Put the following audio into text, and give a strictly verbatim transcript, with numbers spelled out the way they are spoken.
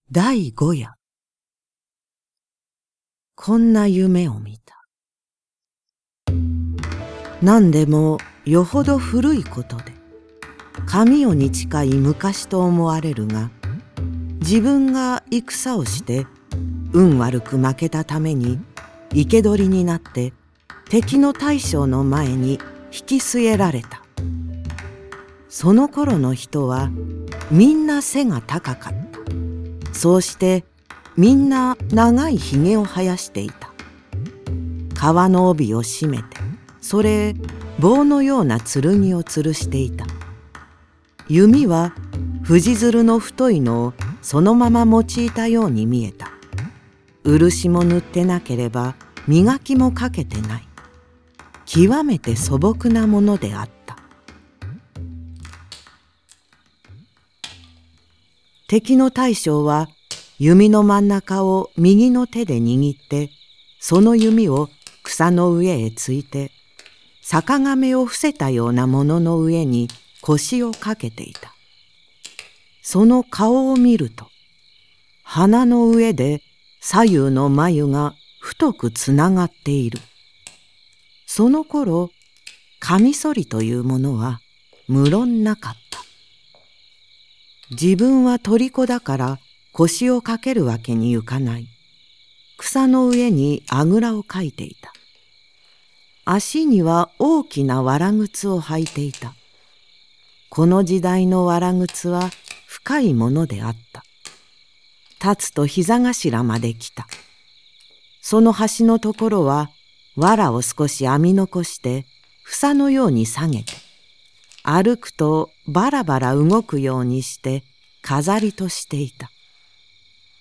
第五夜。こんな夢を見た。何でもよほど古いことで神代に近い昔と思われるが、自分が戦をして運悪く負けたために生け捕りになって敵の大将の前に引き据えられた。その頃の人はみんな背が高かった。そうしてみんな長いひげを生やしていた。皮の帯を締めて、それ棒のような剣を吊るしていた。弓は藤蔓の太いのをそのまま用いたように見えた。漆も塗ってなければ磨きもかけてない。極めて素朴なものであった。敵の大将は弓の真ん中を右の手で握って、その弓を草の上へついて、逆亀を伏せたようなものの上に腰をかけていた。その顔を見ると、鼻の上で左右の眉が太くつながっている。その頃、カミソリというものは無論なかった。自分は虜だから腰をかけるわけにゆかない。草の上にあぐらをかいていた。足には大きな藁靴を履いていた。この時代の藁靴は深いものであった。立つと膝頭まで来た。その端のところは藁を少し編み残して房のように下げて、歩くとバラバラ動くようにして飾りとしていた。